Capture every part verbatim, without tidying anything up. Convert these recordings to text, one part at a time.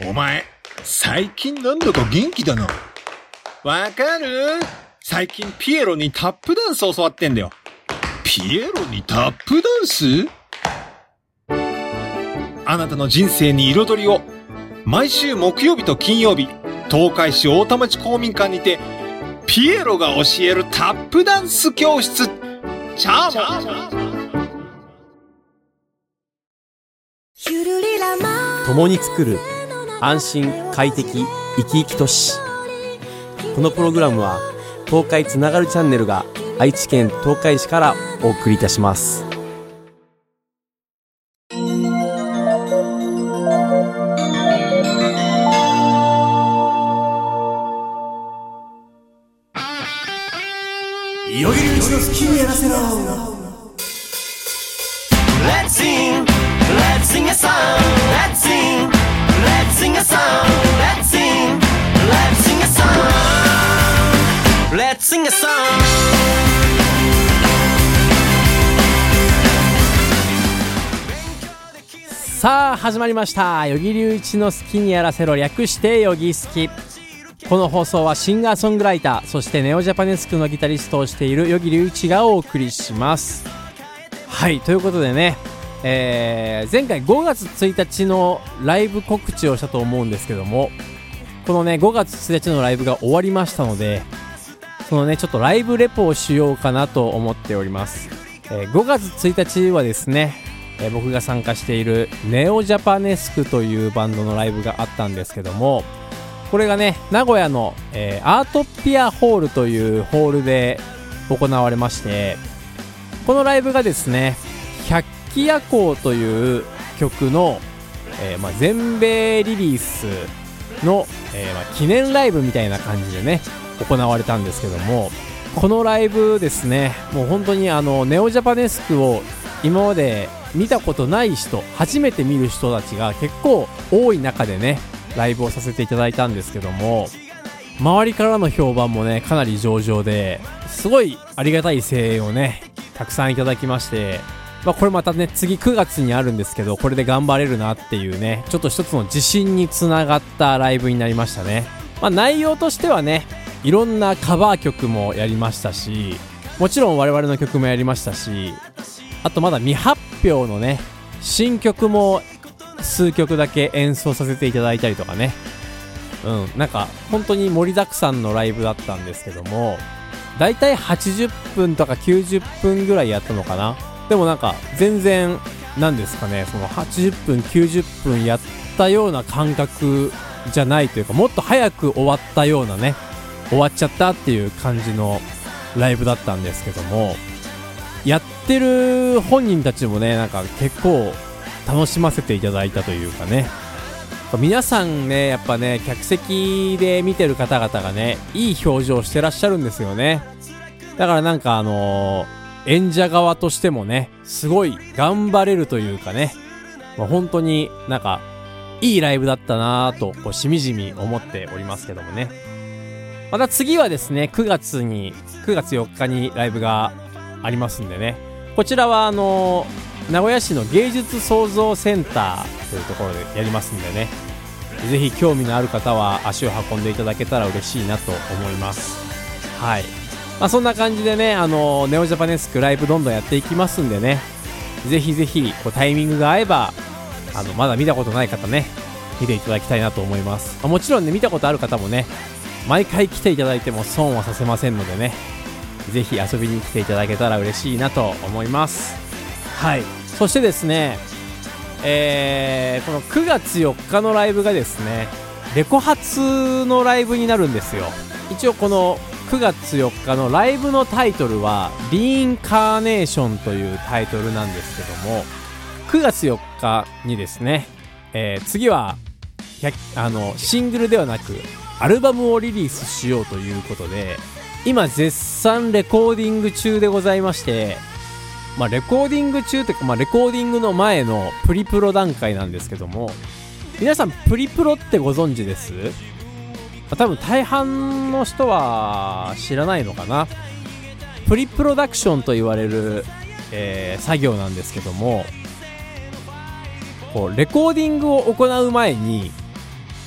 お前、最近なんだか元気だな。わかる？最近ピエロにタップダンス教わってんだよ。ピエロにタップダンス？あなたの人生に彩りを。毎週木曜日と金曜日、東海市大田町公民館にて、ピエロが教えるタップダンス教室。チャーモン。 共に作る安心快適生き生き都市。このプログラムは東海つながるチャンネルが愛知県東海市からお送りいたします。 よぎりうちの好きにやらせろ。 Let's sing, let's sing a song. Let's sing, let's sing a song. Let's sing, let's sing a song. Let's sing a song. さあ始まりました。よぎりうちの好きにやらせろ、略してよぎ好き。この放送はシンガーソングライター、そしてネオジャパネスクのギタリストをしているよぎりうちがお送りします。はい、ということでね、えー、前回ごがつついたちのライブ告知をしたと思うんですけども、このねごがつついたちのライブが終わりましたので、そのねちょっとライブレポをしようかなと思っております。えー、ごがつついたちはですね、えー、僕が参加しているネオジャパネスクというバンドのライブがあったんですけども、これがね名古屋の、えー、アートピアホールというホールで行われまして、このライブがですね百鬼夜行という曲の、えーまあ、全米リリースの、えーまあ、記念ライブみたいな感じでね行われたんですけども、このライブですね、もう本当にあのネオジャパネスクを今まで見たことない人、初めて見る人たちが結構多い中でねライブをさせていただいたんですけども、周りからの評判もねかなり上々で、すごいありがたい声援をねたくさんいただきまして、まあ、これまたね次くがつにあるんですけど、これで頑張れるなっていうね、ちょっと一つの自信につながったライブになりましたね。まあ、内容としてはねいろんなカバー曲もやりましたし、もちろん我々の曲もやりましたし、あとまだ未発表のね新曲も数曲だけ演奏させていただいたりとかね、うんなんか本当に盛りだくさんのライブだったんですけども、だいたいはちじゅっぷんとかきゅうじゅっぷんぐらいやったのかな。でもなんか全然なんですかね、そのはちじゅっぷんきゅうじゅっぷんやったような感覚じゃないというか、もっと早く終わったようなね、終わっちゃったっていう感じのライブだったんですけども、やってる本人たちもねなんか結構楽しませていただいたというかね、皆さんねやっぱね客席で見てる方々がねいい表情してらっしゃるんですよね。だからなんかあのー、演者側としてもねすごい頑張れるというかね、まあ、本当になんかいいライブだったなぁとこうしみじみ思っておりますけどもね。また次はですねくがつにくがつよっかにライブがありますんでね、こちらはあのー名古屋市の芸術創造センターというところでやりますんでね、ぜひ興味のある方は足を運んでいただけたら嬉しいなと思います。はい、まあ、そんな感じでね、あのネオジャパネスクライブどんどんやっていきますんでね、ぜひぜひこうタイミングが合えばあのまだ見たことない方ね見ていただきたいなと思います。まあ、もちろんね見たことある方もね毎回来ていただいても損はさせませんのでね、ぜひ遊びに来ていただけたら嬉しいなと思います。はい、そしてですね、えー、このくがつよっかのライブがですねレコ発のライブになるんですよ。一応このくがつよっかのライブのタイトルはリインカーネーションというタイトルなんですけども、くがつよっかにですね、えー、次はあのシングルではなくアルバムをリリースしようということで、今絶賛レコーディング中でございまして、まあ、レコーディング中というか、まあ、レコーディングの前のプリプロ段階なんですけども、皆さんプリプロってご存知です？まあ、多分大半の人は知らないのかな。プリプロダクションと言われる、えー、作業なんですけども、こうレコーディングを行う前に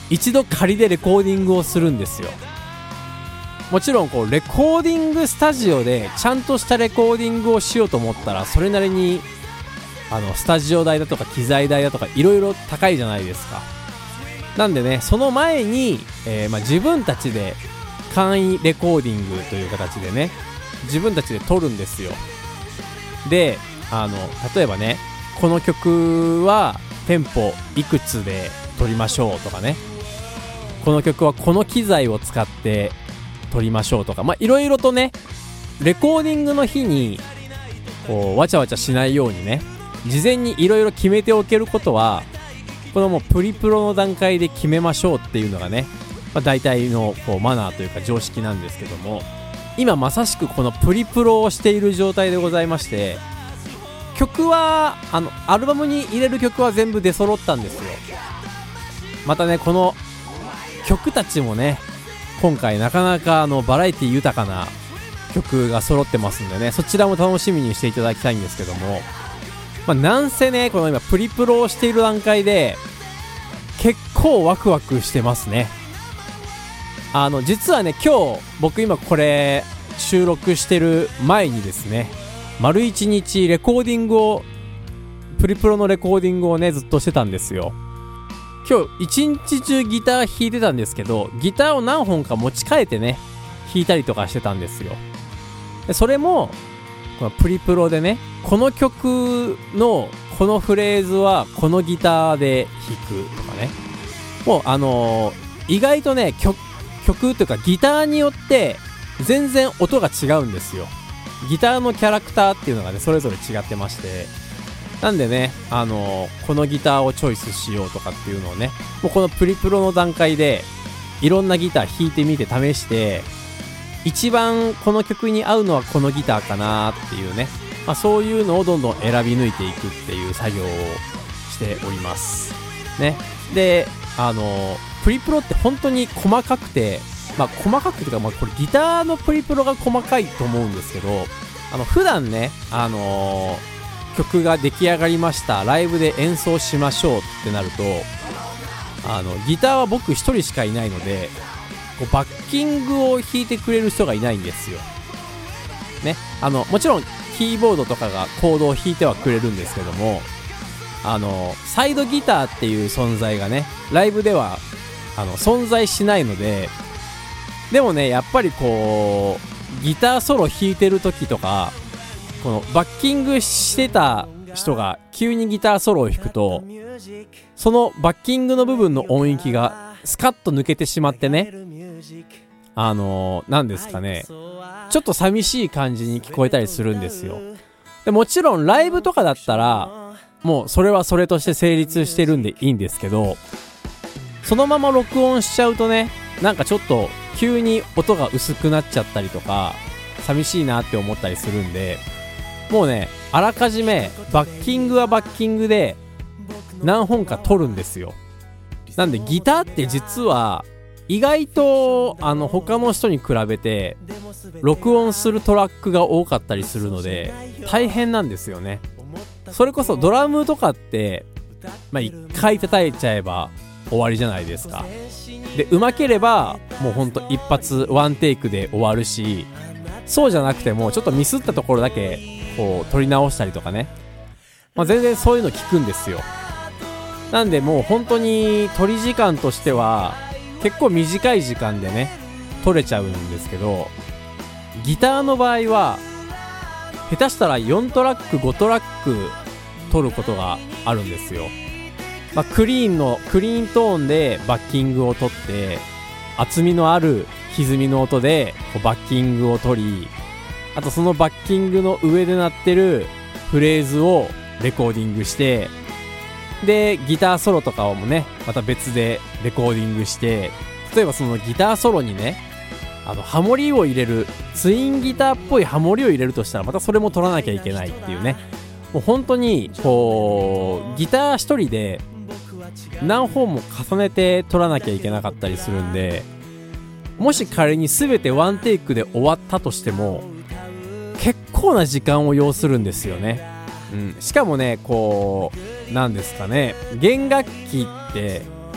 一度仮でレコーディングをするんですよ。もちろんこうレコーディングスタジオでちゃんとしたレコーディングをしようと思ったらそれなりにあのスタジオ代だとか機材代だとかいろいろ高いじゃないですか。なんでね、その前に、えーまあ、自分たちで簡易レコーディングという形でね、自分たちで撮るんですよ。で、あの例えばね、この曲はテンポいくつで撮りましょうとかね、この曲はこの機材を使って撮りましょうとか、まあいろいろとね、レコーディングの日にこうわちゃわちゃしないようにね、事前にいろいろ決めておけることは、このもうプリプロの段階で決めましょうっていうのがね、まあ、大体のこうマナーというか常識なんですけども、今まさしくこのプリプロをしている状態でございまして、曲はあのアルバムに入れる曲は全部出揃ったんですよ。またね、この曲たちもね、今回なかなかあのバラエティ豊かな曲が揃ってますんでね、そちらも楽しみにしていただきたいんですけども、まあ、なんせね、この今プリプロをしている段階で結構ワクワクしてますね。あの実はね、今日僕今これ収録してる前にですね、丸一日レコーディングをプリプロのレコーディングをねずっとしてたんですよ。今日一日中ギター弾いてたんですけど、ギターを何本か持ち替えてね弾いたりとかしてたんですよ。でそれもこのプリプロでね、この曲のこのフレーズはこのギターで弾くとかね、もうあのー、意外とね 曲, 曲というかギターによって全然音が違うんですよ。ギターのキャラクターっていうのがねそれぞれ違ってまして、なんでね、あのー、このギターをチョイスしようとかっていうのをね、もうこのプリプロの段階でいろんなギター弾いてみて試して、一番この曲に合うのはこのギターかなっていうね、まあ、そういうのをどんどん選び抜いていくっていう作業をしておりますね。で、あのー、プリプロって本当に細かくて、まあ細かくていうか、まあこれギターのプリプロが細かいと思うんですけど、あの普段ね、あのー曲が出来上がりました、ライブで演奏しましょうってなると、あのギターは僕一人しかいないので、こうバッキングを弾いてくれる人がいないんですよね。あのもちろんキーボードとかがコードを弾いてはくれるんですけども、あのサイドギターっていう存在がねライブではあの存在しないので、でもねやっぱりこうギターソロ弾いてる時とか、このバッキングしてた人が急にギターソロを弾くと、そのバッキングの部分の音域がスカッと抜けてしまってね、あのー、なんですかね、ちょっと寂しい感じに聞こえたりするんですよ。でもちろんライブとかだったらもうそれはそれとして成立してるんでいいんですけど、そのまま録音しちゃうとね、なんかちょっと急に音が薄くなっちゃったりとか寂しいなって思ったりするんで、もうねあらかじめバッキングはバッキングで何本か撮るんですよ。なんでギターって実は意外とあの他の人に比べて録音するトラックが多かったりするので大変なんですよね。それこそドラムとかってまあ一回叩いちゃえば終わりじゃないですか。で上手ければもうほんと一発ワンテイクで終わるし、そうじゃなくてもちょっとミスったところだけこう撮り直したりとかね、まあ、全然そういうの聞くんですよ。なんでもう本当に撮り時間としては結構短い時間でね撮れちゃうんですけど、ギターの場合は下手したらよんトラックごトラック撮ることがあるんですよ。まあ、クリーンのクリーントーンでバッキングを取って、厚みのある歪みの音でこうバッキングを取り、あとそのバッキングの上で鳴ってるフレーズをレコーディングして、でギターソロとかをもねまた別でレコーディングして、例えばそのギターソロにねあのハモリを入れる、ツインギターっぽいハモリを入れるとしたらまたそれも取らなきゃいけないっていうね、もう本当にこうギター一人で何本も重ねて取らなきゃいけなかったりするんで、もし仮に全てワンテイクで終わったとしても結構な時間を要するんですよね。うん、しかもねこうなんですかね、弦楽器って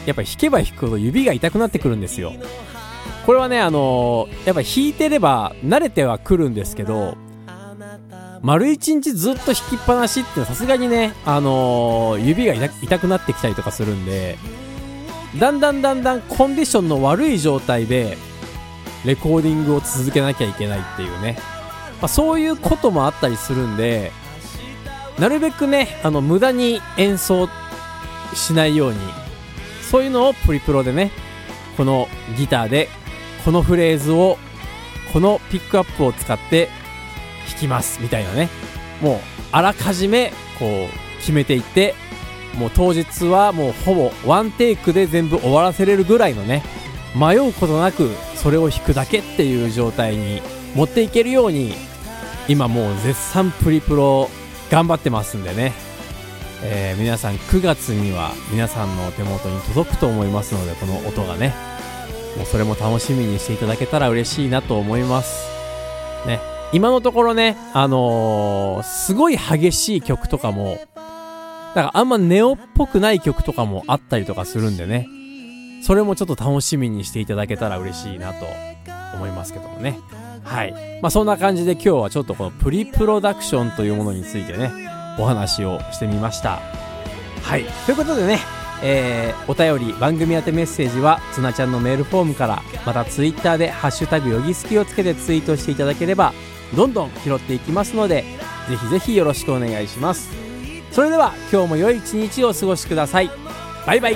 やっぱり弾けば弾くほど指が痛くなってくるんですよ。これはね、あのー、やっぱり弾いてれば慣れてはくるんですけど、丸一日ずっと弾きっぱなしってさすがにね、あのー、指が 痛, 痛くなってきたりとかするんで、だんだんだんだんコンディションの悪い状態でレコーディングを続けなきゃいけないっていうね、まあ、そういうこともあったりするんで、なるべくね、あの無駄に演奏しないように、そういうのをプリプロでね、このギターでこのフレーズをこのピックアップを使って弾きますみたいなね、もうあらかじめこう決めていって、もう当日はもうほぼワンテイクで全部終わらせれるぐらいのね、迷うことなくそれを弾くだけっていう状態に持っていけるように、今もう絶賛プリプロ頑張ってますんでね、えー、皆さんくがつには皆さんの手元に届くと思いますので、この音がね、もうそれも楽しみにしていただけたら嬉しいなと思いますね。今のところね、あのー、すごい激しい曲とかも、だからあんまネオっぽくない曲とかもあったりとかするんでね、それもちょっと楽しみにしていただけたら嬉しいなと思いますけどもね。はい。まあそんな感じで今日はちょっとこのプリプロダクションというものについてね、お話をしてみました。はい。ということでね、えー、お便り、番組宛てメッセージはつなちゃんのメールフォームから、またツイッターでハッシュタグよぎすきをつけてツイートしていただければどんどん拾っていきますので、ぜひぜひよろしくお願いします。それでは今日も良い一日をお過ごしください。バイバイ。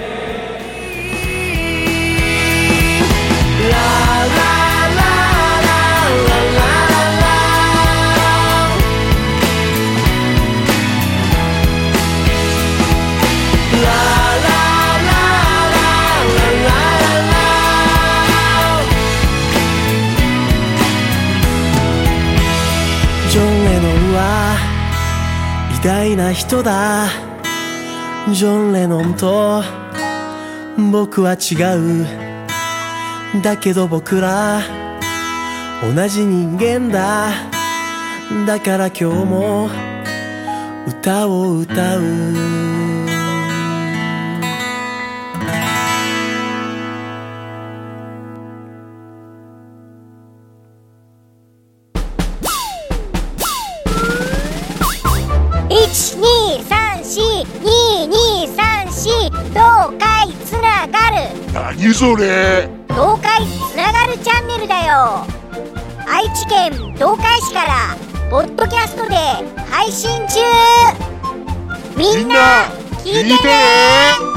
ジョン・レノンは偉大な人だ。ジョン・レノンと僕は違う。だけど僕ら同じ人間だ。だから今日も歌を歌う。 いちにさんしににさんし東海つながる。 何それ？ 東海つながるチャンネルだよ。愛知県東海市からポッドキャストで配信中。みんな聞いてね。